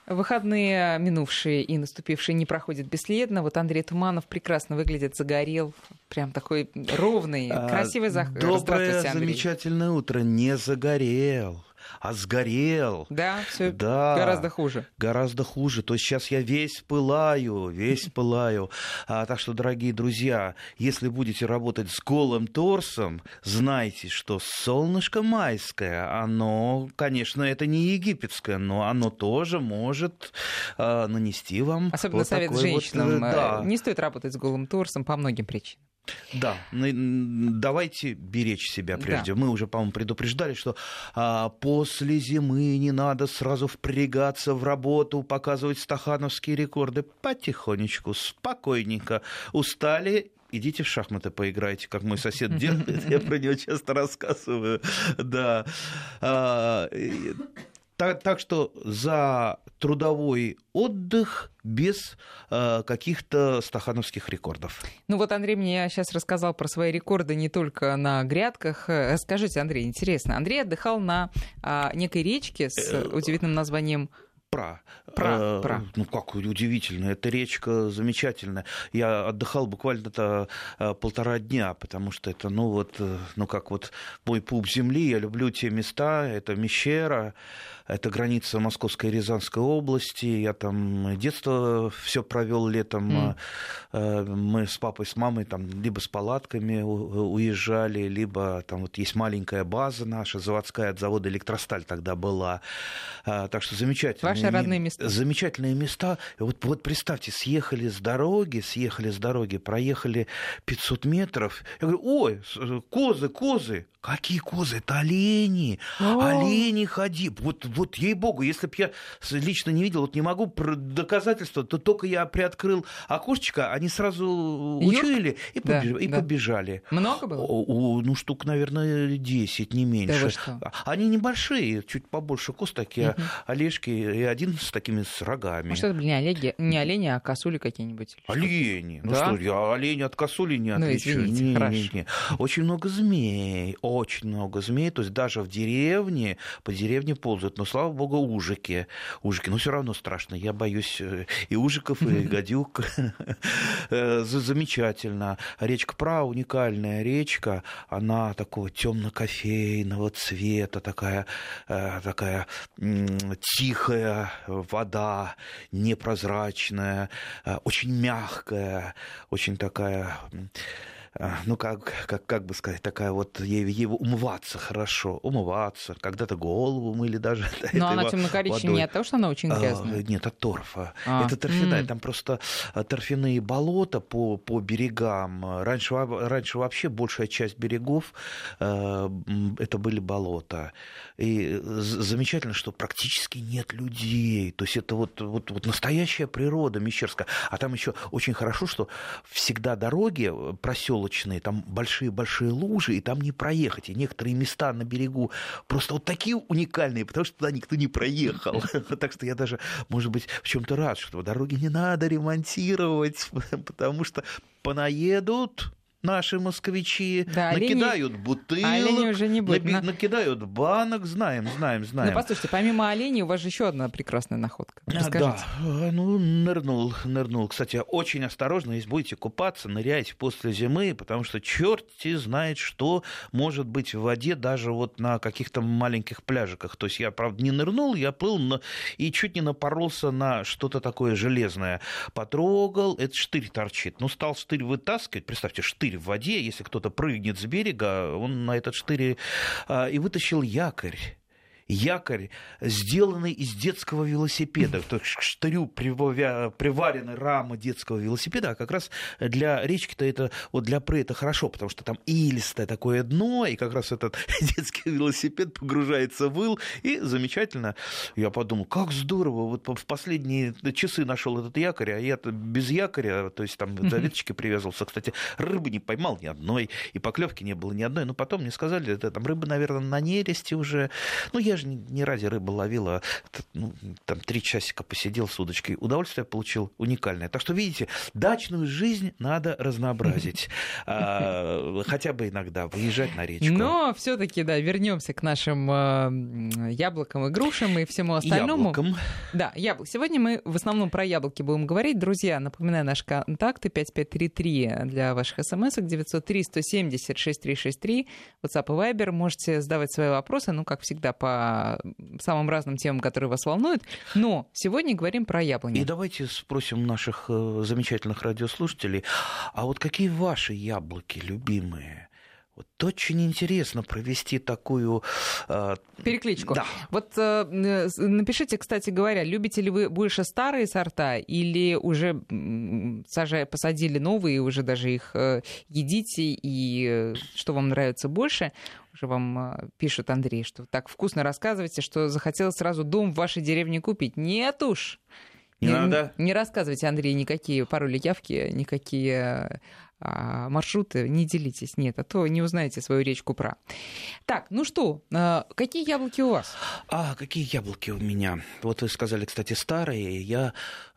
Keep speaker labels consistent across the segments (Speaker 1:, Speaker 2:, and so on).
Speaker 1: Выходные минувшие и наступившие не проходят бесследно. Вот Андрей Туманов прекрасно выглядит, загорел. Прям такой ровный, красивый заход.
Speaker 2: Доброе, замечательное утро. Не загорел, а сгорел.
Speaker 1: Да, все гораздо хуже.
Speaker 2: Гораздо хуже. То есть сейчас я весь пылаю. Так что, дорогие друзья, если будете работать с голым торсом, знайте, что солнышко майское, оно, конечно, это не египетское, но оно тоже может нанести вам
Speaker 1: особенно
Speaker 2: вот
Speaker 1: совет
Speaker 2: такой
Speaker 1: женщинам.
Speaker 2: да.
Speaker 1: Не стоит работать с голым торсом по многим причинам.
Speaker 2: Да, давайте беречь себя прежде. Да. Мы уже, по-моему, предупреждали, что после зимы не надо сразу впрягаться в работу, показывать стахановские рекорды. Потихонечку, спокойненько. Устали? Идите в шахматы поиграйте, как мой сосед делает. Я про него часто рассказываю. Да. Так что за трудовой отдых без каких-то стахановских рекордов.
Speaker 1: Ну вот Андрей мне сейчас рассказал про свои рекорды не только на грядках. Скажите, Андрей, интересно, Андрей отдыхал на некой речке с удивительным названием
Speaker 2: Пра. Ну, как удивительно, эта речка замечательная. Я отдыхал буквально 1,5 дня, потому что это, как мой пуп земли. Я люблю те места, это Мещера, это граница Московской и Рязанской области. Я там детство все провел летом. Мы с папой, с мамой там либо с палатками уезжали, либо там вот есть маленькая база наша, заводская, от завода «Электросталь» тогда была. Так что замечательно.
Speaker 1: Ваши родные места.
Speaker 2: Замечательные места. Вот представьте, съехали с дороги, проехали 500 метров. Я говорю, ой, козы. Какие козы? Это олени. Олени ходи. Вот ей-богу, если бы я лично не видел, не могу доказательства, то только я приоткрыл окошечко, они сразу учуяли и побежали.
Speaker 1: Много было?
Speaker 2: Штук, наверное, 10, не меньше.
Speaker 1: Да,
Speaker 2: они небольшие, чуть побольше коз такие, олежки, и один с такими с рогами.
Speaker 1: Может, это были не олени, а косули какие-нибудь?
Speaker 2: Олени.
Speaker 1: Да?
Speaker 2: Я оленя от косули не отличу.
Speaker 1: Не.
Speaker 2: Очень много змей, то есть даже в деревне, по деревне ползают, но, слава богу, ужики, но все равно страшно, я боюсь и ужиков, и гадюк. Замечательно. Речка Пра, уникальная речка, она такого темно-кофейного цвета, такая тихая вода, непрозрачная, очень мягкая, очень такая... как бы сказать, такая вот, ей умываться хорошо, когда-то голову мыли даже.
Speaker 1: Но она темно-коричневая не от того, что она очень грязная?
Speaker 2: Нет, от торфа. Это торфяная, там просто торфяные болота по берегам. Раньше вообще большая часть берегов это были болота. И замечательно, что практически нет людей. То есть это вот настоящая природа мещерская. А там еще очень хорошо, что всегда дороги проселочные, там большие-большие лужи, и там не проехать. И некоторые места на берегу просто вот такие уникальные, потому что туда никто не проехал. Так что я даже, может быть, в чем-то рад, что дороги не надо ремонтировать, потому что понаедут наши москвичи, накидают бутылок,
Speaker 1: уже не будет,
Speaker 2: накидают банок, знаем.
Speaker 1: Ну, послушайте, помимо оленей, у вас же еще одна прекрасная находка. Расскажите.
Speaker 2: Да, нырнул. Кстати, очень осторожно, если будете купаться, ныряйте после зимы, потому что черти знает, что может быть в воде даже вот на каких-то маленьких пляжиках. То есть я, правда, не нырнул, я плыл и чуть не напоролся на что-то такое железное. Потрогал, это штырь торчит. Стал штырь вытаскивать, представьте, штырь в воде, если кто-то прыгнет с берега, он на этот штырь и вытащил якорь. Якорь, сделанный из детского велосипеда. То есть к штырю приварены рамы детского велосипеда, а как раз для речки-то это, вот для Пры это хорошо, потому что там илистое такое дно, и как раз этот детский велосипед погружается в ил, и замечательно. Я подумал, как здорово, вот в последние часы нашел этот якорь, а я-то без якоря, то есть там за веточки привязывался. Кстати, рыбы не поймал ни одной, и поклевки не было ни одной, но потом мне сказали, это там рыбы, наверное, на нересте уже. Я даже не ради рыбы ловил, а там 3 часика посидел с удочкой. Удовольствие получил уникальное. Так что, видите, дачную жизнь надо разнообразить. Хотя бы иногда выезжать на речку.
Speaker 1: Но все-таки, да, вернемся к нашим яблокам и грушам и всему остальному.
Speaker 2: Яблокам.
Speaker 1: Да, яблок. Сегодня мы в основном про яблоки будем говорить. Друзья, напоминаю, наши контакты 5533 для ваших смс-ок 903-170-6363, WhatsApp и Viber. Можете задавать свои вопросы, как всегда, по самым разным темам, которые вас волнуют. Но сегодня говорим про яблони.
Speaker 2: И давайте спросим наших замечательных радиослушателей, а вот какие ваши яблоки любимые? Вот очень интересно провести такую...
Speaker 1: перекличку.
Speaker 2: Да.
Speaker 1: Вот напишите, кстати говоря, любите ли вы больше старые сорта или уже посадили новые, и уже даже их едите, и что вам нравится больше? Уже вам пишет Андрей, что так вкусно рассказываете, что захотелось сразу дом в вашей деревне купить. Нет уж!
Speaker 2: Не надо.
Speaker 1: Не рассказывайте, Андрей, никакие пароли, явки, никакие маршруты, не делитесь. Нет, а то не узнаете свою речку про. Так, что, какие яблоки у вас?
Speaker 2: Какие яблоки у меня? Вот вы сказали, кстати, старые. Я,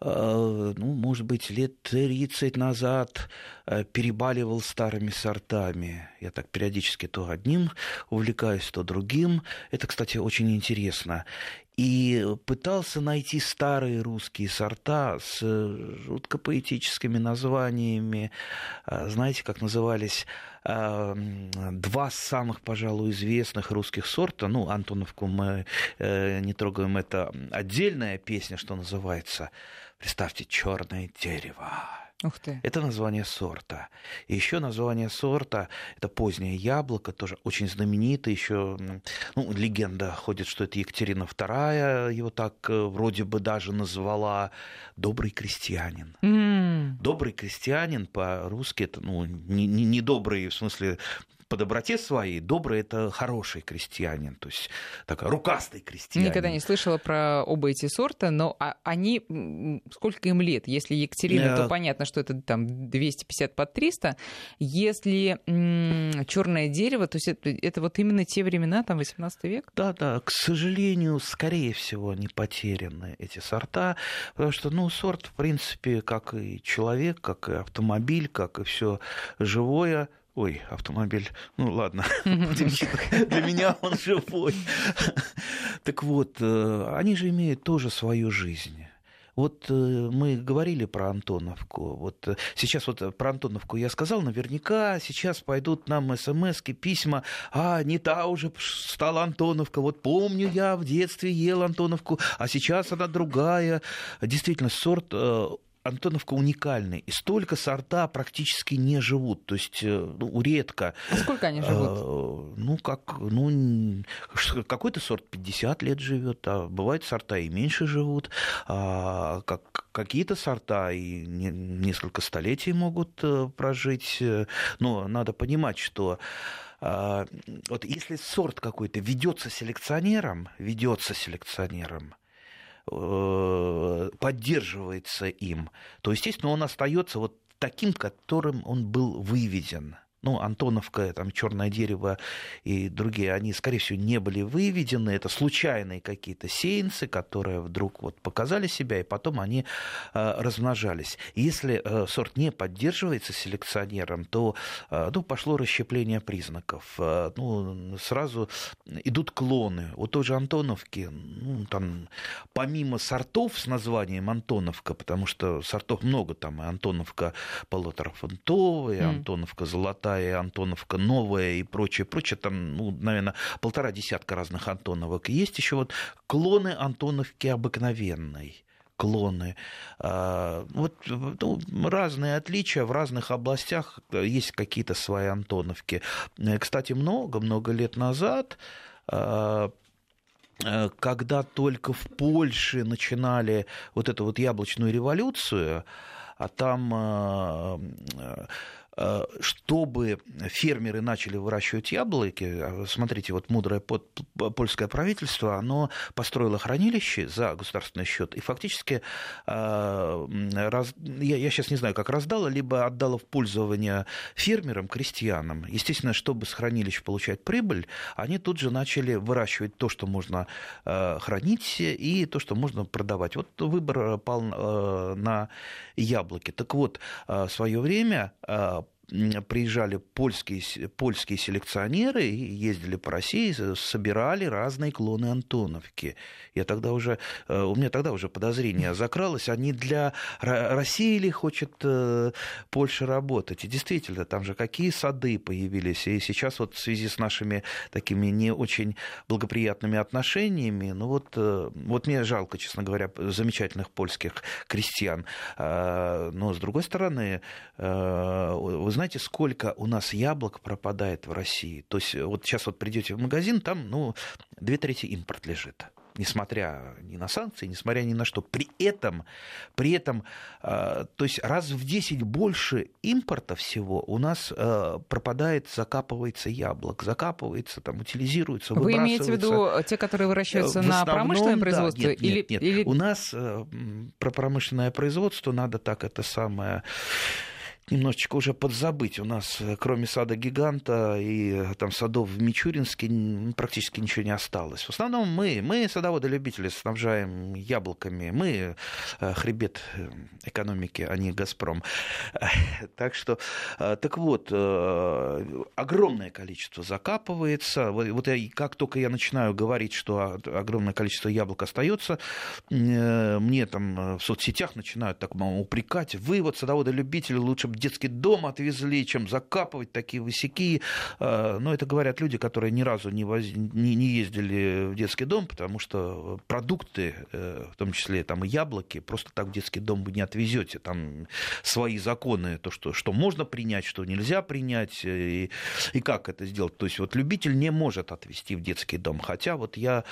Speaker 2: может быть, лет 30 назад перебаливал старыми сортами. Я так периодически то одним увлекаюсь, то другим. Это, кстати, очень интересно. И пытался найти старые русские сорта с жутко поэтическими названиями. Знаете, как назывались 2 самых, пожалуй, известных русских сорта? Антоновку мы не трогаем, это отдельная песня, что называется. Представьте, «Черное дерево».
Speaker 1: Ух ты.
Speaker 2: Это название сорта. И еще название сорта – это позднее яблоко, тоже очень знаменитое. Еще легенда ходит, что это Екатерина II его так вроде бы даже назвала «добрый крестьянин». Добрый крестьянин по-русски это не добрый в смысле по доброте своей, добрый – это хороший крестьянин, то есть такой рукастый крестьянин.
Speaker 1: Никогда не слышала про оба эти сорта, но они, сколько им лет? Если Екатерина, то понятно, что это там 250 под 300. Если черное дерево, то есть это вот именно те времена, там 18 век?
Speaker 2: Да, к сожалению, скорее всего, не потеряны эти сорта, потому что, сорт, в принципе, как и человек, как и автомобиль, как и все живое. Ой, автомобиль, ладно, для меня он живой. Так вот, они же имеют тоже свою жизнь. Вот мы говорили про Антоновку. Вот сейчас про Антоновку я сказал, наверняка сейчас пойдут нам смски, письма. Не та уже стала Антоновка. Вот помню, я в детстве ел Антоновку, а сейчас она другая. Действительно, сорт... Антоновка уникальный, и столько сорта практически не живут, то есть редко.
Speaker 1: А сколько они живут?
Speaker 2: Какой-то сорт 50 лет живет, а бывают сорта и меньше живут, какие-то сорта и несколько столетий могут прожить, но надо понимать, что вот если сорт какой-то ведется селекционером, поддерживается им, то, естественно, он остается вот таким, которым он был выведен. Антоновка, черное дерево и другие, они, скорее всего, не были выведены. Это случайные какие-то сеянцы, которые вдруг показали себя, и потом они размножались. Если сорт не поддерживается селекционером, то пошло расщепление признаков. Сразу идут клоны. У той же Антоновки, там, помимо сортов с названием Антоновка, потому что сортов много, там и Антоновка полуторафунтовая, Антоновка золотая, и Антоновка новая и прочее, там, наверное, 1,5 десятка разных Антоновок. Есть еще клоны Антоновки обыкновенной. Клоны. Разные отличия в разных областях, есть какие-то свои Антоновки. Кстати, много-много лет назад, когда только в Польше начинали эту яблочную революцию, а там чтобы фермеры начали выращивать яблоки, смотрите, вот мудрое польское правительство, оно построило хранилище за государственный счет и фактически, я сейчас не знаю, как раздало, либо отдало в пользование фермерам, крестьянам. Естественно, чтобы с хранилищ получать прибыль, они тут же начали выращивать то, что можно хранить, и то, что можно продавать. Вот выбор пал на яблоки. Так вот, в свое время приезжали польские селекционеры, ездили по России, собирали разные клоны Антоновки. У меня тогда уже подозрение закралось, а не для России ли хочет Польша работать? И действительно, там же какие сады появились. И сейчас вот в связи с нашими такими не очень благоприятными отношениями, вот мне жалко, честно говоря, замечательных польских крестьян. Но, с другой стороны, вы знаете, сколько у нас яблок пропадает в России? То есть вот сейчас вот придете в магазин, там 2/3 импорт лежит. Несмотря ни на санкции, несмотря ни на что. При этом, то есть раз в 10 больше импорта всего у нас пропадает, закапывается яблок, закапывается, там, утилизируется, выбрасывается.
Speaker 1: Вы имеете в виду те, которые выращиваются на промышленное производство?
Speaker 2: Да, нет. У нас про промышленное производство надо так это самое... немножечко уже подзабыть. У нас, кроме сада Гиганта и там садов в Мичуринске, практически ничего не осталось. В основном мы садоводы-любители, снабжаем яблоками. Мы хребет экономики, а не «Газпром». Так что, так вот, огромное количество закапывается. Вот как только я начинаю говорить, что огромное количество яблок остается, мне там в соцсетях начинают так упрекать. Вы, вот садоводы-любители, лучше бы детский дом отвезли, чем закапывать такие высяки. Но это говорят люди, которые ни разу не ездили в детский дом, потому что продукты, в том числе там и яблоки, просто так в детский дом вы не отвезете. Там свои законы, то, что можно принять, что нельзя принять, и как это сделать. То есть вот любитель не может отвезти в детский дом. Хотя вот я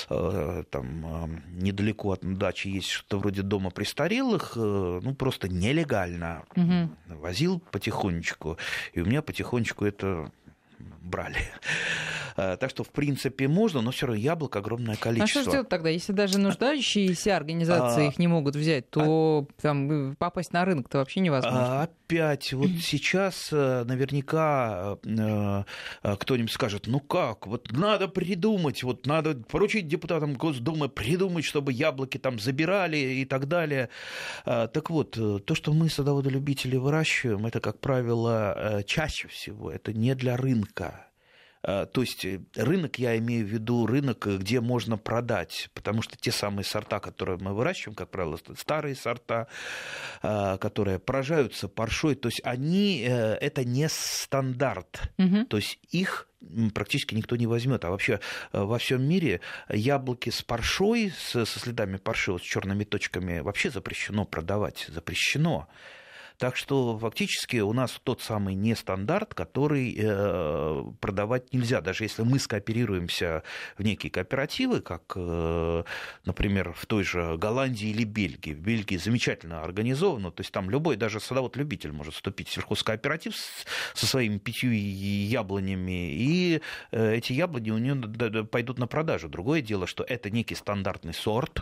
Speaker 2: там недалеко от дачи есть что-то вроде дома престарелых, просто нелегально. Возил потихонечку, и у меня потихонечку это брали. Так что, в принципе, можно, но все равно яблок огромное количество.
Speaker 1: А что же делать тогда? Если даже нуждающиеся организации их не могут взять, то там попасть на рынок-то вообще невозможно.
Speaker 2: Опять, вот сейчас наверняка кто-нибудь скажет, как, вот надо придумать, вот надо поручить депутатам Госдумы придумать, чтобы яблоки там забирали и так далее. Так вот, то, что мы, садоводы-любители, выращиваем, это, как правило, чаще всего, это не для рынка. То есть рынок, я имею в виду рынок, где можно продать, потому что те самые сорта, которые мы выращиваем, как правило, старые сорта, которые поражаются паршой, то есть они, это не стандарт, то есть их практически никто не возьмет. А вообще во всем мире яблоки с паршой, со следами парши, с черными точками, вообще запрещено продавать, запрещено. Так что фактически у нас тот самый нестандарт, который продавать нельзя. Даже если мы скооперируемся в некие кооперативы, как, например, в той же Голландии или Бельгии. В Бельгии замечательно организовано, то есть там любой, даже садовод-любитель может вступить в сельхозкооператив со своими 5 яблонями, и эти яблони у него пойдут на продажу. Другое дело, что это некий стандартный сорт.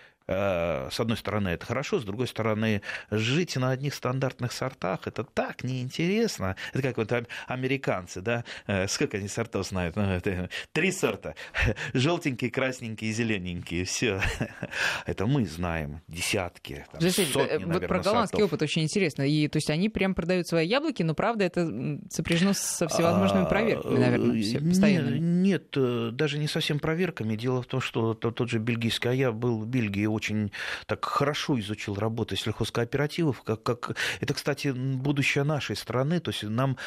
Speaker 2: С одной стороны, это хорошо, с другой стороны, жить на одних стандартных сортах, это так неинтересно. Это как вот американцы, да, сколько они сортов знают? 3 сорта. Желтенькие, красненькие, зелененькие. Все. Это мы знаем. Десятки, сотни, наверное,
Speaker 1: вот про голландский опыт очень интересно. И, то есть они прям продают свои яблоки, но, правда, это сопряжено со всевозможными проверками, наверное, постоянно.
Speaker 2: Нет, даже не совсем проверками. Дело в том, что тот же бельгийский, а я был в Бельгии, очень так хорошо изучил работу сельхозкооперативов. Это, кстати, будущее нашей страны. То есть нам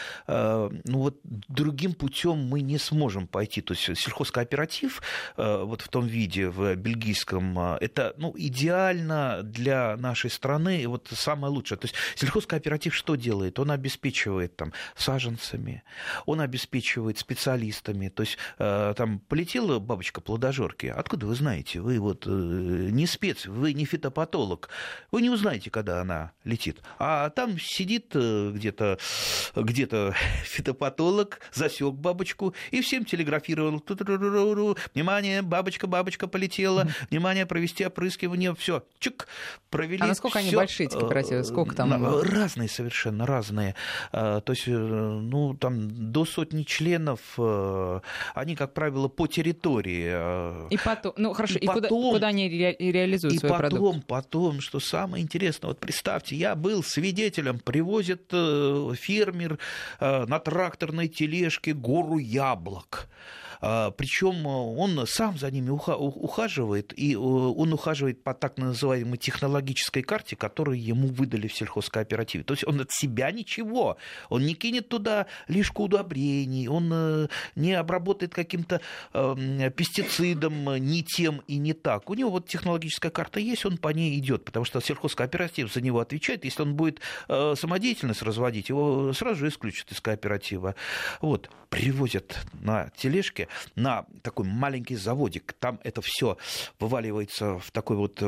Speaker 2: другим путем мы не сможем пойти. То есть сельхозкооператив вот в том виде, в бельгийском, это идеально для нашей страны. И вот самое лучшее. То есть сельхозкооператив что делает? Он обеспечивает там саженцами, он обеспечивает специалистами. То есть там полетела бабочка плодожорки. Откуда вы знаете? Вы вот не спец, вы не фитопатолог, вы не узнаете, когда она летит. А там сидит где-то фитопатолог, засек бабочку и всем телеграфировал. Внимание, бабочка полетела, внимание, провести опрыскивание, все, чик, провели.
Speaker 1: А насколько они большие, эти кооперативы? Сколько там?
Speaker 2: Разные, совершенно разные. То есть, ну, там до сотни членов, они, как правило, по территории.
Speaker 1: И потом, ну, хорошо, и
Speaker 2: потом,
Speaker 1: куда они реализуют свой продукт?
Speaker 2: Потом, что самое интересное, вот представьте, я был свидетелем, привозит фермер на тракторной тележке гору яблок. Причем он сам за ними ухаживает, и он ухаживает по так называемой технологической карте, которую ему выдали в сельхозкооперативе. То есть он от себя ничего, он не кинет туда лишку удобрений, он не обработает каким-то пестицидом не тем и не так. У него вот технологическая карта есть, он по ней идет, потому что сельхозкооператив за него отвечает. Если он будет самодеятельность разводить, его сразу же исключат из кооператива. Вот, привозят на тележке на такой маленький заводик, там это все вываливается в такой вот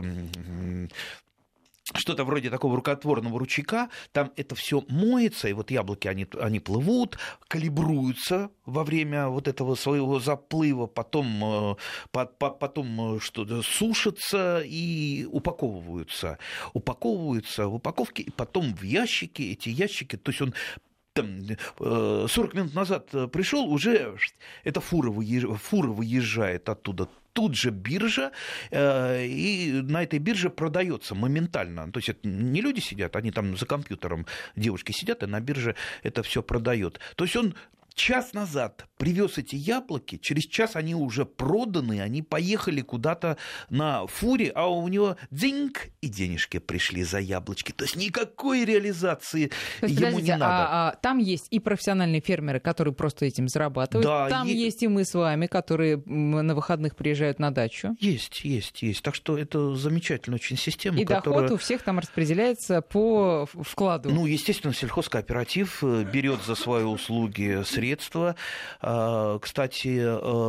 Speaker 2: что-то вроде такого рукотворного ручейка, там это все моется, и вот яблоки, они плывут, калибруются во время вот этого своего заплыва, потом что-то сушатся и упаковываются в упаковке, и потом в ящики, эти ящики, то есть он там 40 минут назад пришел, уже эта фура выезжает оттуда. Тут же биржа, и на этой бирже продается моментально. То есть это не люди сидят, они там за компьютером, девушки сидят, и на бирже это все продает. То есть он час назад привез эти яблоки, через час они уже проданы, они поехали куда-то на фуре, а у него дзиньк, и денежки пришли за яблочки. То есть никакой реализации ему не надо.
Speaker 1: Там есть и профессиональные фермеры, которые просто этим зарабатывают, да, там есть и мы с вами, которые на выходных приезжают на дачу.
Speaker 2: Есть. Так что это замечательная очень система.
Speaker 1: И доход у всех там распределяется по вкладу.
Speaker 2: Ну, естественно, сельхозкооператив берет за свои услуги средства. Кстати,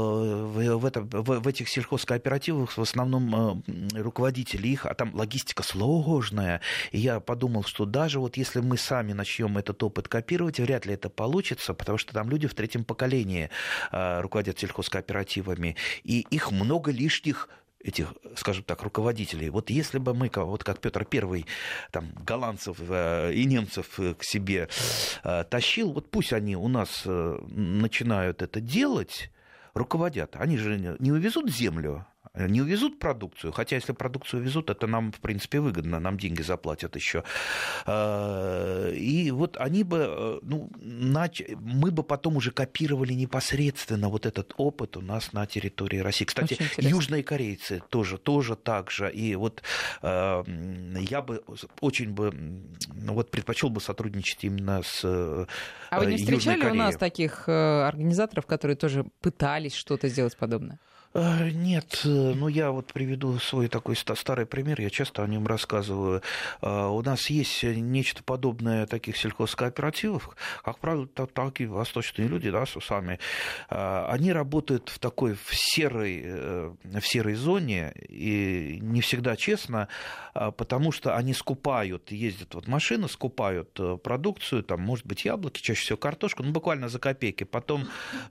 Speaker 2: в этих сельхозкооперативах в основном руководители их, а там логистика сложная. И я подумал, что даже вот если мы сами начнем этот опыт копировать, вряд ли это получится, потому что там люди в третьем поколении руководят сельхозкооперативами, и их много лишних этих, скажем так, руководителей. Вот если бы мы, вот как Петр I, там, голландцев и немцев к себе тащил, вот пусть они у нас начинают это делать, руководят. Они же не увезут землю, не увезут продукцию, хотя если продукцию везут, это нам, в принципе, выгодно, нам деньги заплатят еще. И вот они бы, мы бы потом уже копировали непосредственно вот этот опыт у нас на территории России. Кстати, южные корейцы тоже так же. И вот я бы очень предпочел бы сотрудничать именно с Южной Кореей.
Speaker 1: А вы не встречали у нас таких организаторов, которые тоже пытались что-то сделать подобное?
Speaker 2: Нет, я вот приведу свой такой старый пример, я часто о нем рассказываю. У нас есть нечто подобное таких сельхозкооперативов, как правило, такие восточные люди, да, сами. Они работают в такой в серой зоне, и не всегда честно, потому что они ездят вот машины, скупают продукцию, там, может быть, яблоки, чаще всего картошку, буквально за копейки, потом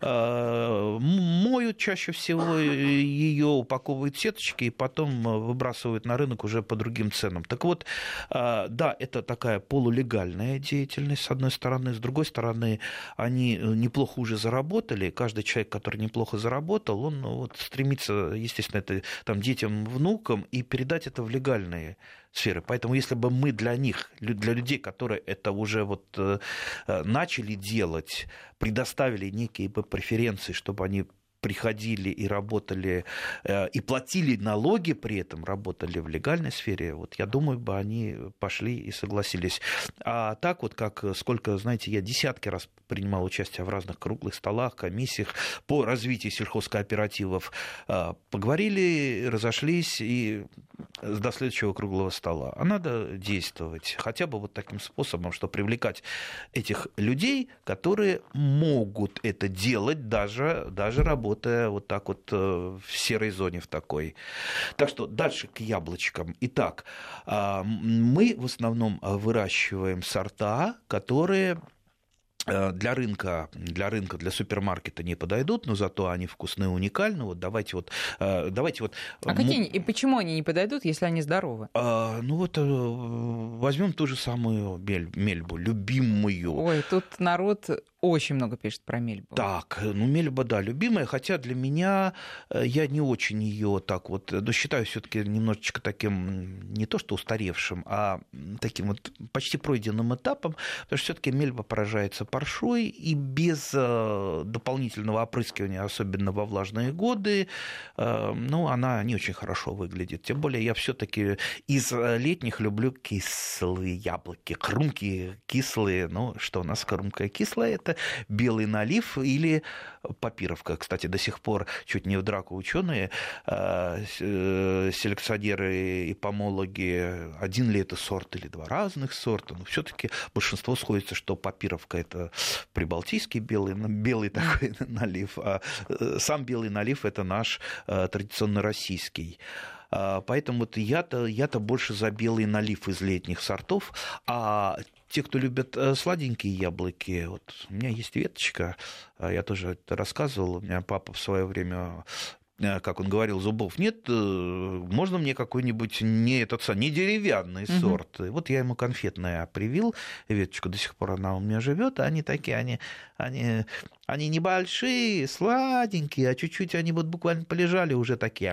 Speaker 2: моют чаще всего ее, упаковывают в сеточки и потом выбрасывают на рынок уже по другим ценам. Так вот, да, это такая полулегальная деятельность, с одной стороны. С другой стороны, они неплохо уже заработали. Каждый человек, который неплохо заработал, он стремится, естественно, это там, детям, внукам, и передать это в легальные сферы. Поэтому если бы мы для них, для людей, которые это уже начали делать, предоставили некие преференции, чтобы они приходили и работали, и платили налоги при этом, работали в легальной сфере, я думаю, бы они пошли и согласились. А так сколько, знаете, я десятки раз принимал участие в разных круглых столах, комиссиях по развитию сельхозкооперативов. Поговорили, разошлись и до следующего круглого стола. А надо действовать хотя бы таким способом, что привлекать этих людей, которые могут это делать, даже работая работая вот так вот в серой зоне в такой. Так что дальше к яблочкам. Итак, мы в основном выращиваем сорта, которые для рынка, для супермаркета не подойдут, но зато они вкусные, уникальны. Вот давайте вот.
Speaker 1: Какие и почему они не подойдут, если они здоровы?
Speaker 2: Возьмем ту же самую мельбу, любимую.
Speaker 1: Ой, тут народ очень много пишет про мельбу.
Speaker 2: Так, мельба, да, любимая, хотя для меня я не очень ее так вот, но считаю все-таки немножечко таким, не то что устаревшим, а таким вот почти пройденным этапом, потому что все-таки мельба поражается паршой, и без дополнительного опрыскивания, особенно во влажные годы, она не очень хорошо выглядит. Тем более я все-таки из летних люблю кислые яблоки, хрумкие, кислые. Что у нас хрумкая кислая? Это белый налив или папировка. Кстати, до сих пор чуть не в драку ученые, селекционеры и помологи, один ли это сорт или два разных сорта, но все-таки большинство сходится, что папировка это прибалтийский белый такой налив, а сам белый налив это наш традиционно российский. Поэтому я-то больше за белый налив из летних сортов, а те, кто любят сладенькие яблоки, вот у меня есть веточка, я тоже это рассказывал, у меня папа в свое время, как он говорил, зубов нет, можно мне какой-нибудь не деревянный сорт. И вот я ему конфетное привил, веточку, до сих пор она у меня живет, а они такие, они небольшие, сладенькие, а чуть-чуть они вот буквально полежали уже такие,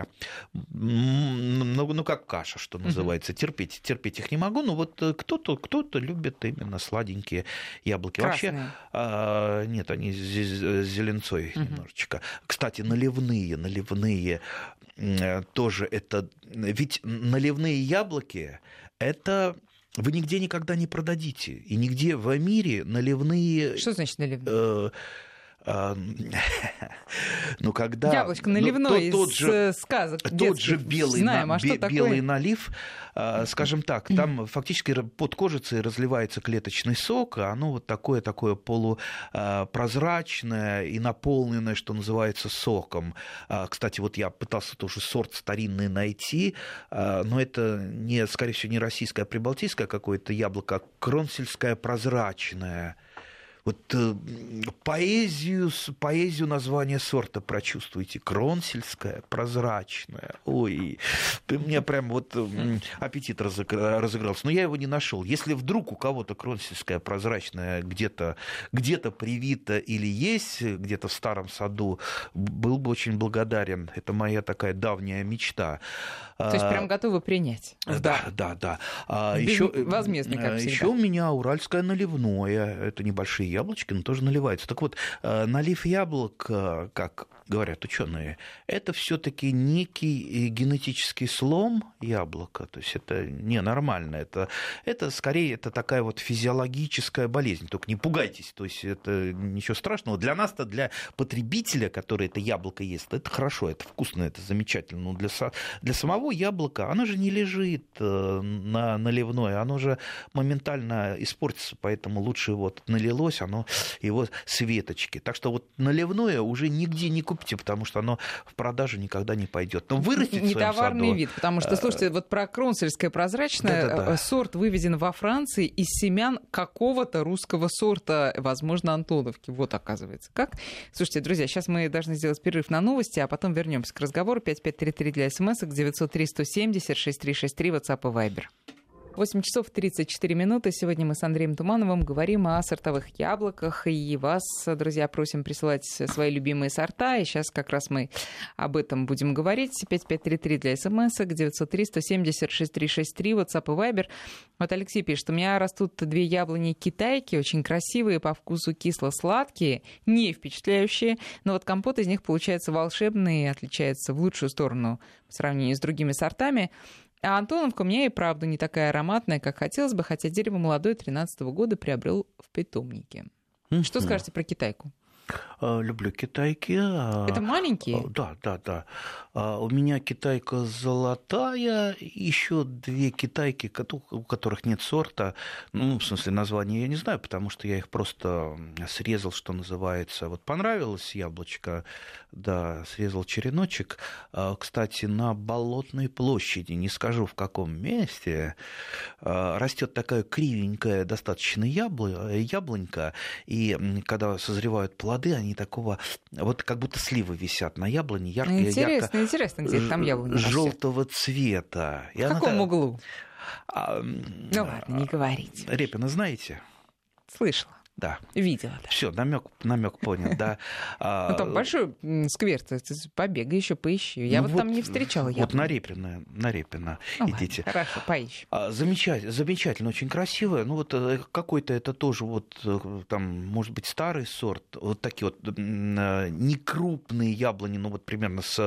Speaker 2: как каша, что называется. Терпеть их не могу, но вот кто-то любит именно сладенькие яблоки.
Speaker 1: Красные.
Speaker 2: Вообще, нет, они здесь с зеленцой немножечко. Кстати, наливные тоже это... Ведь наливные яблоки – это... Вы нигде никогда не продадите. И нигде в мире наливные...
Speaker 1: Что значит наливные?
Speaker 2: Когда...
Speaker 1: Яблочко наливное из сказок детских.
Speaker 2: Тот же белый налив, скажем так, там фактически под кожицей разливается клеточный сок, а оно вот такое полупрозрачное и наполненное, что называется, соком. Кстати, вот я пытался тоже сорт старинный найти, но это, скорее всего, не российское, а прибалтийское какое-то яблоко, а кронсельское прозрачное. Вот поэзию названия сорта прочувствуйте. Кронсельская, прозрачная. Ой, ты мне прям вот аппетит разыгрался. Но я его не нашел. Если вдруг у кого-то кронсельская, прозрачная где-то привита или есть где-то в старом саду, был бы очень благодарен. Это моя такая давняя мечта.
Speaker 1: То есть прям готовы принять?
Speaker 2: Да.
Speaker 1: Безвозмездно, как всегда.
Speaker 2: Еще у меня уральское наливное. Это небольшие яблочки, но тоже наливаются. Так вот, налив яблок, как говорят ученые, это все-таки некий генетический слом яблока. То есть это ненормально. Это скорее это такая вот физиологическая болезнь. Только не пугайтесь. То есть это ничего страшного. Для нас-то, для потребителя, который это яблоко ест, это хорошо, это вкусно, это замечательно. Но для самого яблока оно же не лежит на наливное, оно же моментально испортится, поэтому лучше вот налилось, его с веточки. Так что вот наливное уже нигде не купите, потому что оно в продажу никогда не пойдет. Но вырастет в своем саду.
Speaker 1: Товарный вид, потому что, слушайте, вот про кронсельское прозрачное, сорт вывезен во Франции из семян какого-то русского сорта, возможно, Антоновки. Вот, оказывается, как. Слушайте, друзья, сейчас мы должны сделать перерыв на новости, а потом вернемся к разговору. 5533 для смс-ок, 903-170-6363, WhatsApp и Viber. 8 часов 34 минуты. Сегодня мы с Андреем Тумановым говорим о сортовых яблоках. И вас, друзья, просим присылать свои любимые сорта. И сейчас как раз мы об этом будем говорить. 5533 для смс-ок, 903-170-6363, WhatsApp и Viber. Вот Алексей пишет, у меня растут 2 яблони китайки, очень красивые, по вкусу кисло-сладкие, не впечатляющие. Но вот компот из них получается волшебный и отличается в лучшую сторону по сравнению с другими сортами. А Антоновка у меня и правда не такая ароматная, как хотелось бы, хотя дерево молодое 2013 года приобрел в питомнике. Что скажете про китайку?
Speaker 2: Люблю китайки.
Speaker 1: Это маленькие?
Speaker 2: Да. У меня китайка золотая, еще 2 китайки, у которых нет сорта. Ну, в смысле, названия я не знаю, потому что я их просто срезал, что называется. Вот понравилось яблочко, да, срезал череночек. Кстати, на Болотной площади, не скажу в каком месте, растет такая кривенькая достаточно яблонька, и когда созревают плоды, они такого, вот как будто сливы висят на яблоне,
Speaker 1: Интересно, где там яблоня растет.
Speaker 2: Желтого цвета.
Speaker 1: В каком углу? Ну ладно, не говорите.
Speaker 2: Репина знаете?
Speaker 1: Слышала.
Speaker 2: Да.
Speaker 1: Видела. Да.
Speaker 2: Все, намек понял, да.
Speaker 1: Ну, там большой сквер, побегай еще, поищи. Я вот там не встречала яблоню.
Speaker 2: Вот на Репина идите.
Speaker 1: Ладно, хорошо, поищем.
Speaker 2: Замечательно, очень красивая. Ну, вот какой-то это тоже вот там, может быть, старый сорт. Вот такие вот некрупные яблони, ну, вот примерно с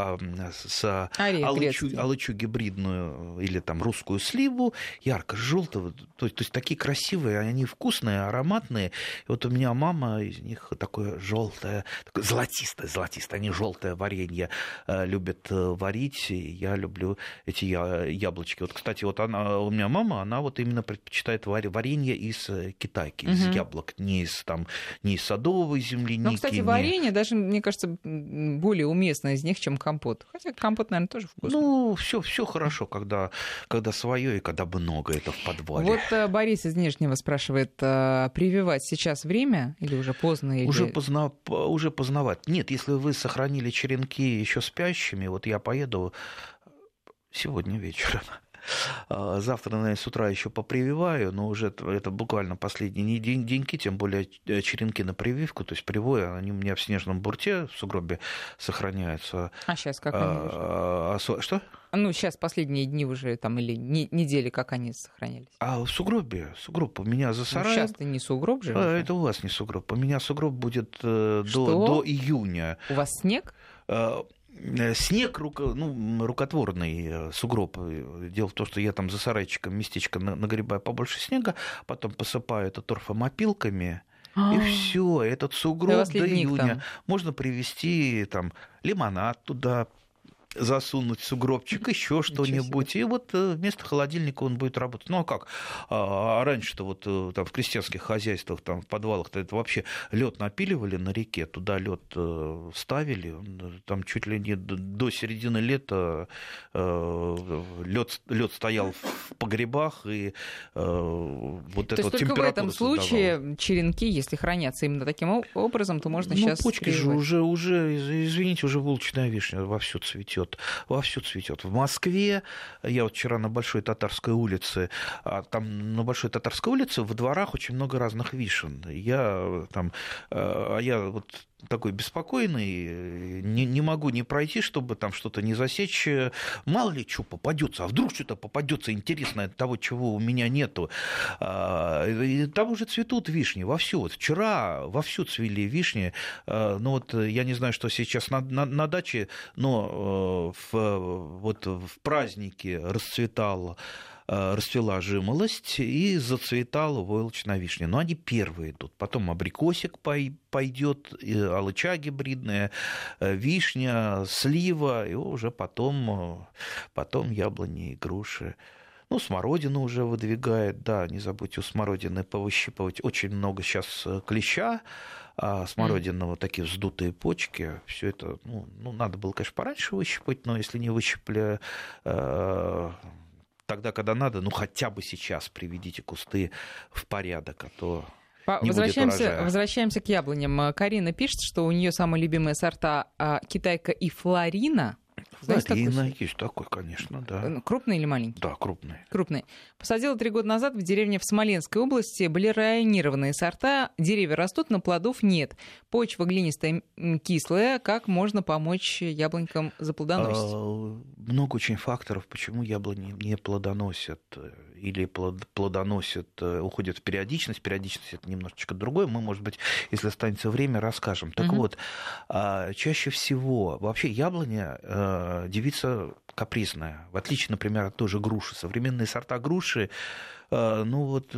Speaker 2: алычу гибридную или там русскую сливу, ярко-желтого. То есть такие красивые, они вкусные, ароматные. И вот у меня мама из них такое желтое, золотистое, они желтое варенье любят варить. И я люблю эти яблочки. Вот, кстати, вот у меня мама, она вот именно предпочитает варенье из китайки, из яблок, не из садовой земляники.
Speaker 1: Ну, кстати, варенье даже, мне кажется, более уместно из них, чем компот. Хотя компот, наверное, тоже вкусный.
Speaker 2: Ну, все хорошо, когда свое и когда много, это в подвале.
Speaker 1: Вот Борис из Нижнего спрашивает, прививать сейчас время или уже поздно? Или...
Speaker 2: Уже поздновато. Нет, если вы сохранили черенки еще спящими, вот я поеду сегодня вечером. Завтра, наверное, с утра еще попрививаю, но уже это буквально последние деньки, тем более черенки на прививку, то есть привои, они у меня в снежном бурте в сугробе сохраняются.
Speaker 1: А сейчас как они?
Speaker 2: Что?
Speaker 1: Ну, сейчас последние дни уже там или недели, как они сохранялись?
Speaker 2: А в сугроб у меня за сараем.
Speaker 1: Ну, сейчас-то не сугроб же.
Speaker 2: Это у вас не сугроб. У меня сугроб будет до июня.
Speaker 1: У вас снег?
Speaker 2: Снег рукотворный сугроб. Дело в том, что я там за сарайчиком местечко нагребаю побольше снега, потом посыпаю это торфомопилками, и все, этот сугроб до июня. Можно привезти там лимонад туда, засунуть сугробчик, еще что-нибудь. И вот вместо холодильника он будет работать. Ну а как? Раньше-то вот там в крестьянских хозяйствах, там в подвалах-то это вообще лед напиливали на реке, туда лед ставили, там чуть ли не до середины лета лед стоял в погребах, и вот эта вот температура. То есть только в этом
Speaker 1: случае черенки, если хранятся именно таким образом, то можно сейчас...
Speaker 2: Почки же уже, извините, уже булочная вишня вовсю цветет. В Москве, я вот вчера на Большой Татарской улице, там на Большой Татарской улице в дворах очень много разных вишен. Я вот такой беспокойный, не могу не пройти, чтобы там что-то не засечь. Мало ли что попадется, а вдруг что-то попадется интересное от того, чего у меня нету. Там уже цветут вишни вовсю. Вот вчера вовсю цвели вишни. Ну вот я не знаю, что сейчас на даче, но в празднике расцвела жимолость и зацветала войлочная вишня. Но они первые идут. Потом абрикосик пойдет, алыча гибридная, вишня, слива, и уже потом яблони и груши. Ну, смородина уже выдвигает, да, не забудьте у смородины повыщипывать. Очень много сейчас клеща, а смородина вот такие вздутые почки. Все это, надо было, конечно, пораньше выщипать, но если не выщипали... Тогда, когда надо, хотя бы сейчас приведите кусты в порядок, а то не будет урожая.
Speaker 1: Возвращаемся к яблоням. Карина пишет, что у нее самые любимые сорта китайка и флорина.
Speaker 2: Флорина есть такой, конечно, да.
Speaker 1: Крупные или маленькие?
Speaker 2: Да, крупные.
Speaker 1: Крупные. Посадила 3 года назад в деревне в Смоленской области. Были районированные сорта. Деревья растут, но плодов нет. Почва глинистая, кислая. Как можно помочь яблонькам заплодоносить?
Speaker 2: Много очень факторов, почему яблони не плодоносят. или плодоносит, уходит в периодичность. Периодичность — это немножечко другое. Мы, может быть, если останется время, расскажем. Так вот, чаще всего вообще яблоня девица капризная. В отличие, например, от той же груши. Современные сорта груши, ну вот,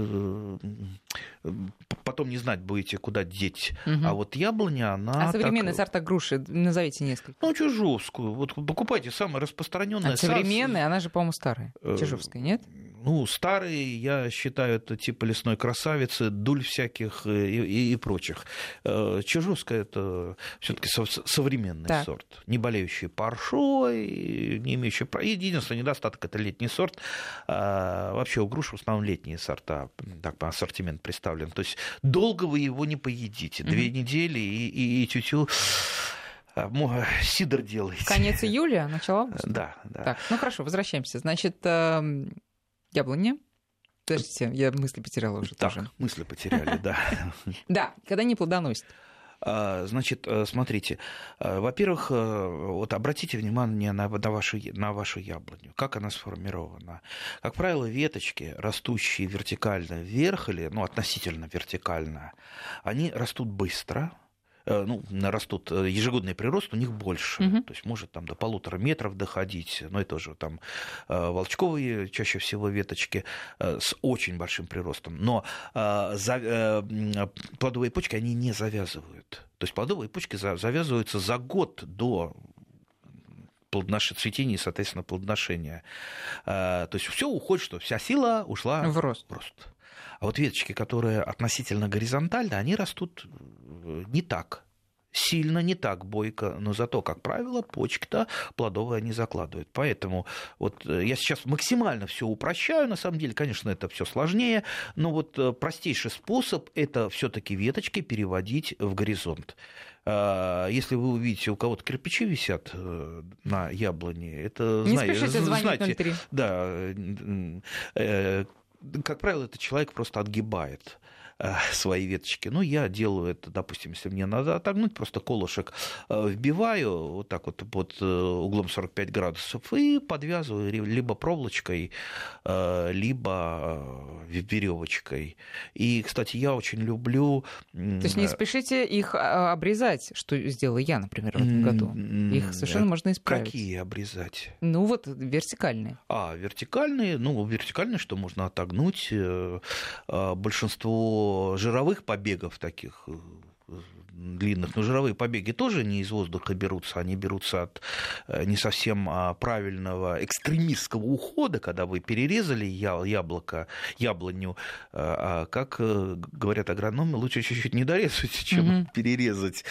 Speaker 2: потом не знать будете, куда деть. А вот яблоня, она...
Speaker 1: А современные сорта груши, назовите несколько.
Speaker 2: Ну, чижовскую. Вот покупайте самое распространенное.
Speaker 1: А современная, она же, по-моему, старая. Чижовская, нет?
Speaker 2: Ну, старые, я считаю, это типа лесной красавицы, дуль всяких и прочих. Чижовская — это все-таки современный сорт, не болеющий паршой, не имеющий... Единственный недостаток — это летний сорт. Вообще у груш в основном летние сорта, так ассортимент представлен. То есть долго вы его не поедите. 2 недели и тю-тю... Сидр делаете.
Speaker 1: Конец июля, начало августа?
Speaker 2: Да.
Speaker 1: Так, ну хорошо, возвращаемся. Значит, яблоня. Подождите, я мысли потеряла уже.
Speaker 2: Так,
Speaker 1: тоже.
Speaker 2: мысли потеряли, да.
Speaker 1: Да, когда не плодоносит.
Speaker 2: Значит, смотрите, во-первых, вот обратите внимание на вашу яблоню. Как она сформирована? Как правило, веточки, растущие вертикально вверх или относительно вертикально, они растут быстро. Растут, ежегодный прирост у них больше, то есть может там до 1,5 метра доходить, но это уже там волчковые чаще всего веточки с очень большим приростом, но плодовые почки они не завязывают, то есть плодовые почки завязываются за год до цветения и, соответственно, плодоношения, то есть все уходит, что вся сила ушла в рост. А вот веточки, которые относительно горизонтально, они растут не так сильно, не так бойко, но зато, как правило, почки-то плодовые они закладывают. Поэтому вот я сейчас максимально все упрощаю, на самом деле, конечно, это все сложнее, но вот простейший способ — это все-таки веточки переводить в горизонт. Если вы увидите, у кого-то кирпичи висят на яблоне, это,
Speaker 1: не спешите звонить 03.
Speaker 2: Да, как правило, этот человек просто отгибает свои веточки. Ну, я делаю это, допустим, если мне надо отогнуть, просто колышек вбиваю вот так вот под углом 45 градусов и подвязываю либо проволочкой, либо веревочкой. И, кстати, я очень люблю...
Speaker 1: То есть не спешите их обрезать, что сделала я, например, в этом году. Их совершенно можно исправить.
Speaker 2: Какие обрезать?
Speaker 1: Ну, вот вертикальные.
Speaker 2: Вертикальные? Вертикальные, что можно отогнуть. Большинство жировых побегов таких длинных, но жировые побеги тоже не из воздуха берутся, они берутся от не совсем правильного экстремистского ухода, когда вы перерезали яблоню, как говорят агрономы, лучше чуть-чуть не дорезать, чем перерезать,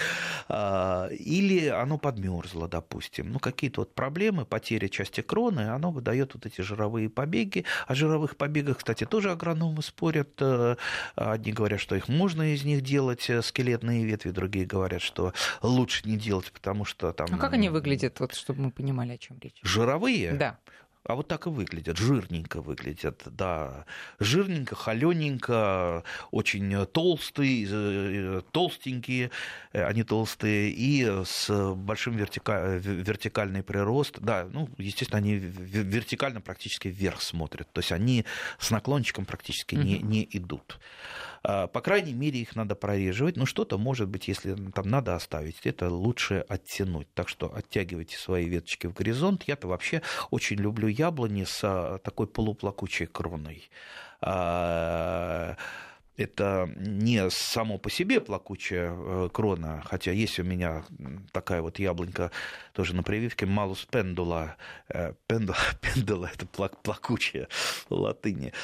Speaker 2: или оно подмерзло, допустим. Какие-то вот проблемы, потеря части кроны, оно выдает вот эти жировые побеги. О жировых побегах, кстати, тоже агрономы спорят. Одни говорят, что их можно из них делать скелетные ветви, другие говорят, что лучше не делать, потому что там...
Speaker 1: А как они выглядят, вот, чтобы мы понимали, о чем речь?
Speaker 2: Жировые?
Speaker 1: Да.
Speaker 2: А вот так и выглядят, жирненько выглядят, да. Жирненько, холёненько, очень толстенькие, они толстые, и с большим вертикальный прирост. Да, естественно, они вертикально практически вверх смотрят, то есть они с наклончиком практически не идут. По крайней мере, их надо прореживать. Что-то, может быть, если там надо оставить, это лучше оттянуть. Так что оттягивайте свои веточки в горизонт. Я-то вообще очень люблю яблони с такой полуплакучей кроной. Это не само по себе плакучая крона, хотя есть у меня такая вот яблонька тоже на прививке, Malus pendula. Пендула — это плакучая в латыни.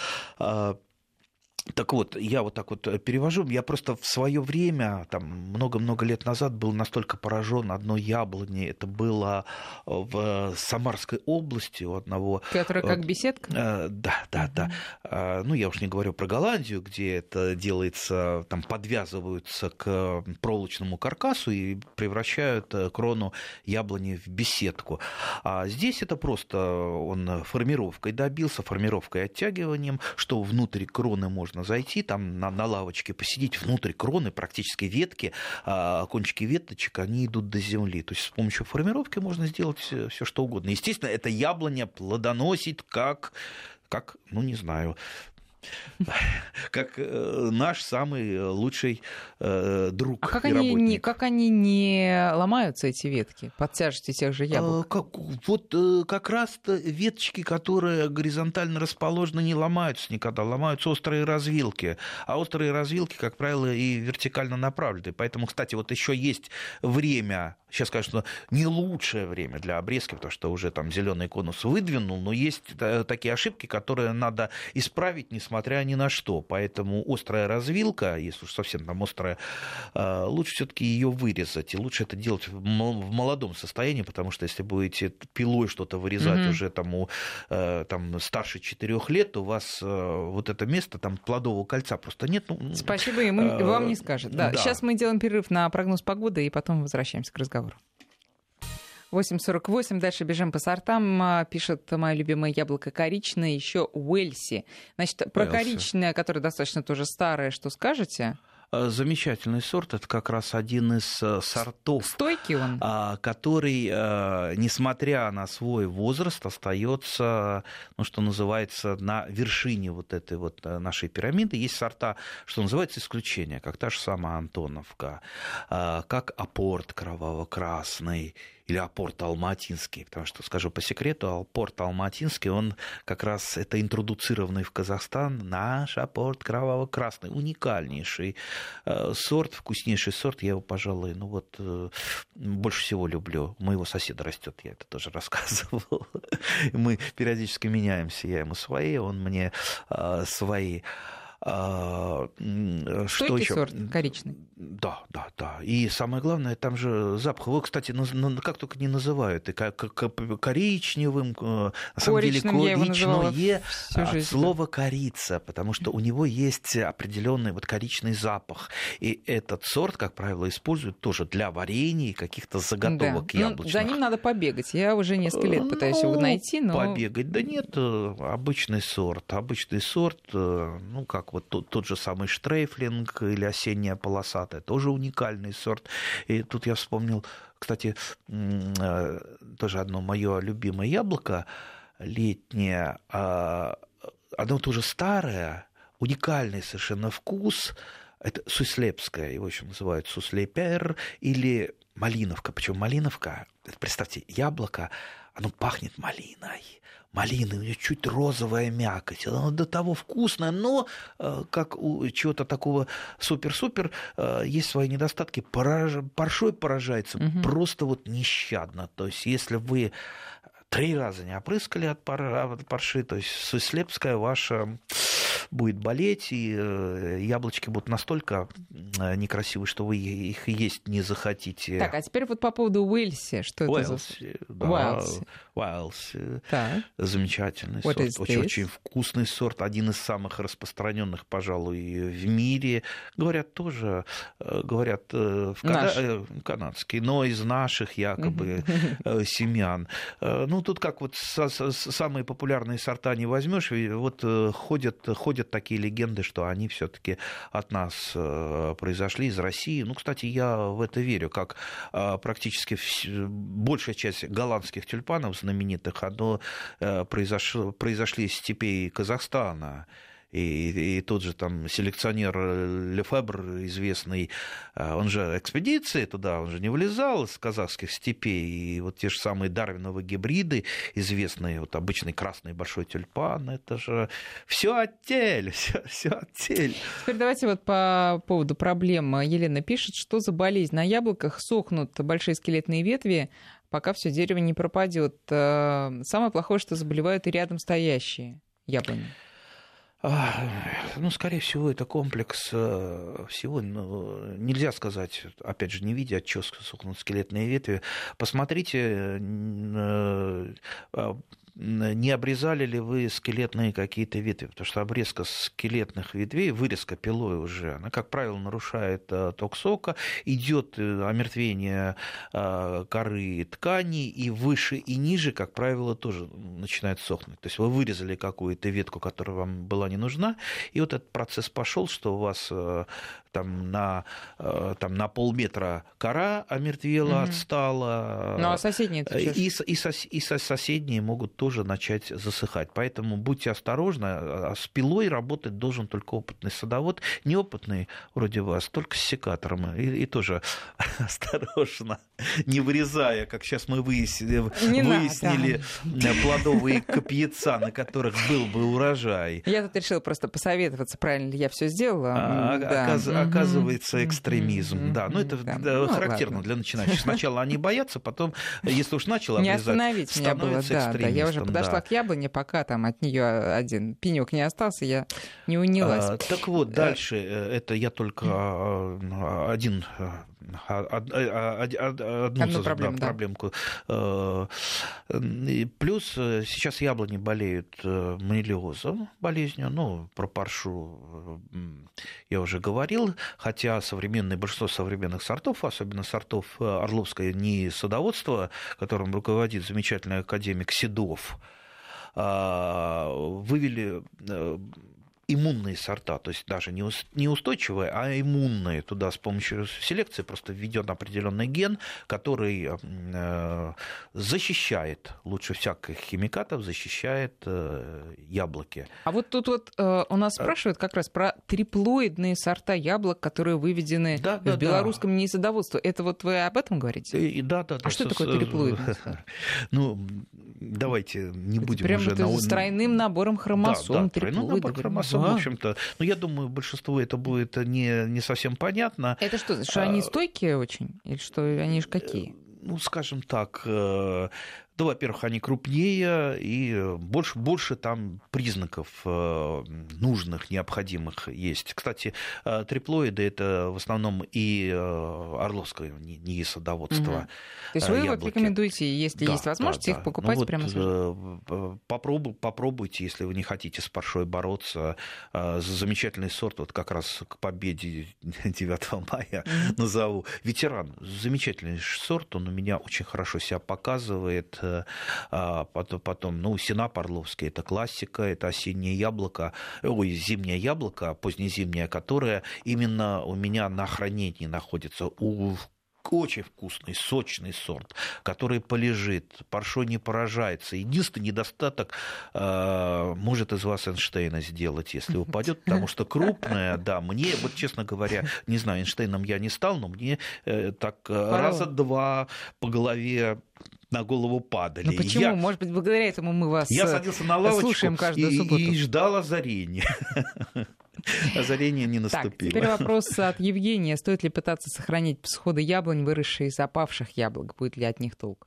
Speaker 2: Так вот, я вот так вот перевожу. Я просто в свое время, там, много-много лет назад, был настолько поражен одной яблоней. Это было в Самарской области у одного...
Speaker 1: Которая как беседка?
Speaker 2: Да. Я уж не говорю про Голландию, где это делается, там подвязываются к проволочному каркасу и превращают крону яблони в беседку. А здесь это просто он формировкой добился, формировкой и оттягиванием, что внутрь кроны можно зайти, там на лавочке посидеть, внутрь кроны, практически ветки, кончики веточек, они идут до земли. То есть с помощью формировки можно сделать все что угодно. Естественно, эта яблоня плодоносит как как, ну, не знаю, как наш самый лучший друг и работник.
Speaker 1: Как они не ломаются, эти ветки, под тяжестью тех же яблок?
Speaker 2: Как раз веточки, которые горизонтально расположены, не ломаются никогда, ломаются острые развилки. А острые развилки, как правило, и вертикально направлены. Поэтому, кстати, вот еще есть время. Сейчас, конечно, не лучшее время для обрезки, потому что уже там зеленый конус выдвинул, но есть такие ошибки, которые надо исправить, несмотря ни на что. Поэтому острая развилка, если уж совсем там острая, лучше все-таки ее вырезать. И лучше это делать в молодом состоянии, потому что если будете пилой что-то вырезать уже там, старше 4 лет, у вас вот это место, там плодового кольца просто нет.
Speaker 1: Спасибо, и вам не скажет. Да. Сейчас мы делаем перерыв на прогноз погоды, и потом возвращаемся к разговору. 8:48, дальше бежим по сортам. Пишет: мое любимое яблоко коричневое, еще Уэльси. Значит, про коричневое, которое достаточно тоже старое, что скажете?
Speaker 2: Замечательный сорт. Это как раз один из сортов,
Speaker 1: стойкий он,
Speaker 2: который, несмотря на свой возраст, остается, ну, что называется, на вершине вот этой вот нашей пирамиды. Есть сорта, что называется, исключения, как та же самая Антоновка, как апорт кроваво-красный или апорт алматинский, потому что, скажу по секрету, апорт алматинский, он как раз это интродуцированный в Казахстан наш апорт кроваво-красный, уникальнейший сорт, вкуснейший сорт. Я его, пожалуй, больше всего люблю. У моего соседа растет, я это тоже рассказывал. Мы периодически меняемся, я ему свои, он мне свои. Что еще?
Speaker 1: Сорт коричневый.
Speaker 2: Да. И самое главное, там же запах. Его, кстати, как только не называют, и коричневым, на самом деле коричное от слова корица, потому что у него есть определенный вот коричный запах. И этот сорт, как правило, используют тоже для варенья и каких-то заготовок яблочных.
Speaker 1: За ним надо побегать. Я уже несколько лет пытаюсь его найти, но...
Speaker 2: Побегать? Да нет, обычный сорт, ну, как вот тот же самый штрейфлинг или осенняя полосатая, тоже уникальный сорт. И тут я вспомнил, кстати, тоже одно мое любимое яблоко летнее, оно тоже старое, уникальный совершенно вкус. Это суслепское, его еще называют суслепер или малиновка. Причем малиновка, представьте, яблоко, оно пахнет малиной. Малины, у нее чуть розовая мякоть. Она до того вкусная, но как у чего-то такого супер-супер, есть свои недостатки. Паршой поражается просто вот нещадно. То есть если вы 3 раза не опрыскали от парши, то есть суслепская ваша будет болеть, и яблочки будут настолько некрасивые, что вы их есть не захотите.
Speaker 1: Так, а теперь вот по поводу Уэльси. Что это за...
Speaker 2: Уэльси. Замечательный сорт. Очень вкусный сорт. Один из самых распространенных, пожалуй, в мире. Говорят, канадский, но из наших якобы семян. Ну, тут как вот самые популярные сорта не возьмешь. Вот ходят такие легенды, что они все-таки от нас произошли, из России. Ну, кстати, я в это верю, как практически большая часть голландских тюльпанов знаменитых, произошли из степей Казахстана. И тот же там селекционер Лефебр известный, он же экспедиции туда, он же не вылезал из казахских степей. И вот те же самые дарвиновые гибриды, известные, вот обычный красный большой тюльпан, это же все оттель, все оттель.
Speaker 1: Теперь давайте вот по поводу проблем. Елена пишет, что за болезнь на яблоках, сохнут большие скелетные ветви, пока все дерево не пропадет. Самое плохое, что заболевают и рядом стоящие яблони.
Speaker 2: Ну, скорее всего, это комплекс всего. Нельзя сказать, опять же, не видя, от чего сохнут скелетные ветви. Посмотрите, не обрезали ли вы скелетные какие-то ветви, потому что обрезка скелетных ветвей, вырезка пилой уже, она, как правило, нарушает ток сока, идет омертвение коры тканей, и выше и ниже, как правило, тоже начинает сохнуть. То есть вы вырезали какую-то ветку, которая вам была не нужна, и вот этот процесс пошел, что у вас там на полметра кора омертвела, отстала.
Speaker 1: Ну, а соседние-то
Speaker 2: и соседние могут тоже тоже начать засыхать. Поэтому будьте осторожны, с пилой работать должен только опытный садовод, неопытный вроде вас, только с секатором. И тоже осторожно, не вырезая, как сейчас мы выяснили плодовые копьяца, на которых был бы урожай.
Speaker 1: Я тут решила просто посоветоваться, правильно ли я все сделала.
Speaker 2: Оказывается, экстремизм. Да, это характерно для начинающих. Сначала они боятся, потом, если уж начал обрезать,
Speaker 1: не остановить меня было, да. Я уже подошла к яблоне, пока там от нее один пенек не остался, я не унялась.
Speaker 2: Так вот, дальше, это я только одну проблемку. Плюс сейчас яблони болеют манилиозом, болезнью, про паршу я уже говорил, хотя большинство современных сортов, особенно сортов Орловское НИИ садоводства, которым руководит замечательный академик Седов, вывели иммунные сорта, то есть даже не устойчивые, а иммунные. Туда с помощью селекции просто введен определенный ген, который защищает, лучше всяких химикатов, защищает яблоки.
Speaker 1: А вот тут у нас спрашивают как раз про триплоидные сорта яблок, которые выведены в белорусском НИИ садоводства. Это вот вы об этом говорите?
Speaker 2: Да.
Speaker 1: А что такое триплоидный сорт?
Speaker 2: Давайте не будем
Speaker 1: прям
Speaker 2: уже...
Speaker 1: с тройным набором хромосом.
Speaker 2: Тройным набором хромосом, в общем-то. Но я думаю, большинству это будет не совсем понятно.
Speaker 1: Это что они стойкие очень? Или что они же какие?
Speaker 2: Скажем так, во-первых, они крупнее, и больше там признаков нужных, необходимых есть. Кстати, триплоиды – это в основном и Орловское НИИ садоводства.
Speaker 1: То есть вы рекомендуете, если есть возможность, их покупать прямо сейчас?
Speaker 2: Попробуйте, если вы не хотите с паршой бороться. Замечательный сорт, вот как раз к победе 9 мая назову. Ветеран. Замечательный сорт, он у меня очень хорошо себя показывает. Потом, Синап Орловский, это классика, это зимнее яблоко, позднезимнее, которое именно у меня на хранении находится. Очень вкусный, сочный сорт, который полежит, паршой не поражается. Единственный недостаток может из вас Эйнштейна сделать, если упадет, потому что крупная, мне, честно говоря, не знаю, Эйнштейном я не стал, но мне так раза два по голове на голову падали.
Speaker 1: Почему? Может быть, благодаря этому мы вас
Speaker 2: садился на лавочку
Speaker 1: слушаем каждую субботу.
Speaker 2: И ждал озарения. Озарение не наступило.
Speaker 1: Теперь вопрос от Евгения. Стоит ли пытаться сохранить всходы яблонь, выросшие из опавших яблок? Будет ли от них толк?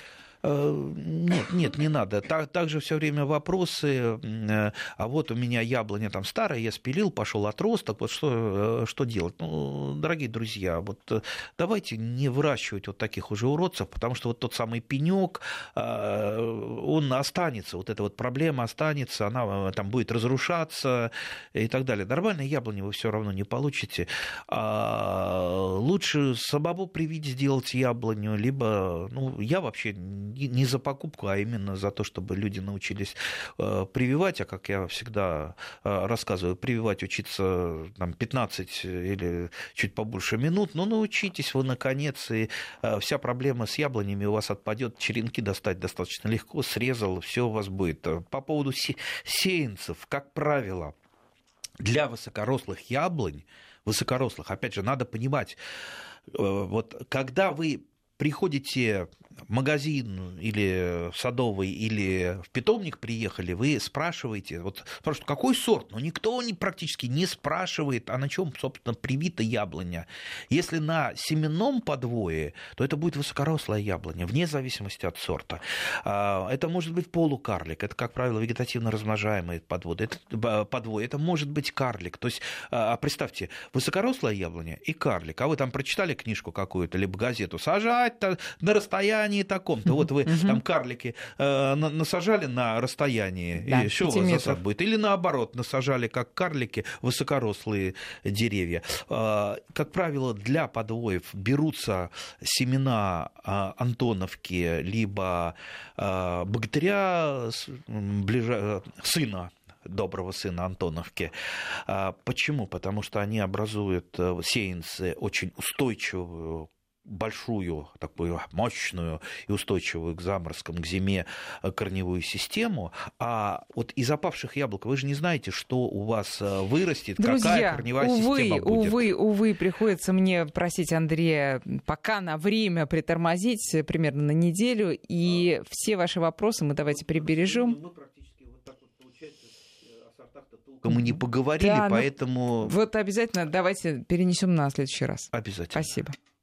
Speaker 2: Нет, не надо. Также все время вопросы, а вот у меня яблоня там старая, я спилил, пошел отросток, вот что делать? Дорогие друзья, давайте не выращивать вот таких уже уродцев, потому что вот тот самый пенек, он останется, вот эта проблема останется, она там будет разрушаться и так далее. Нормальные яблони вы все равно не получите. Лучше самому привить сделать яблоню, либо, я вообще не за покупку, а именно за то, чтобы люди научились прививать, а как я всегда рассказываю, прививать учиться 15 или чуть побольше минут, научитесь вы наконец, и вся проблема с яблонями у вас отпадет, черенки достать достаточно легко, срезал, все у вас будет. По поводу сеянцев, как правило, для высокорослых яблонь, опять же, надо понимать, когда вы приходите в магазин или в садовый, или в питомник приехали, вы спрашиваете, какой сорт? Но никто практически не спрашивает, а на чем, собственно, привита яблоня. Если на семенном подвое, то это будет высокорослая яблоня, вне зависимости от сорта. Это может быть полукарлик, это, как правило, вегетативно размножаемые подвое. Это может быть карлик. То есть, представьте, высокорослая яблоня и карлик. А вы там прочитали книжку какую-то, либо газету, сажать на расстоянии таком-то. Вот вы там карлики насажали на расстоянии, и что у вас засад будет? Или наоборот, насажали как карлики высокорослые деревья. Как правило, для подвоев берутся семена Антоновки, либо богатыря, доброго сына Антоновки. Почему? Потому что они образуют, сеянцы, очень устойчивую большую, такую мощную и устойчивую к заморозкам, к зиме корневую систему. А вот из опавших яблок вы же не знаете, что у вас вырастет,
Speaker 1: друзья,
Speaker 2: какая корневая система будет.
Speaker 1: Увы, приходится мне просить Андрея пока на время притормозить, примерно на неделю, и все ваши вопросы мы давайте прибережем.
Speaker 2: Мы не поговорили,
Speaker 1: да,
Speaker 2: поэтому...
Speaker 1: Вот обязательно давайте перенесем на следующий раз.
Speaker 2: Обязательно.
Speaker 1: Спасибо.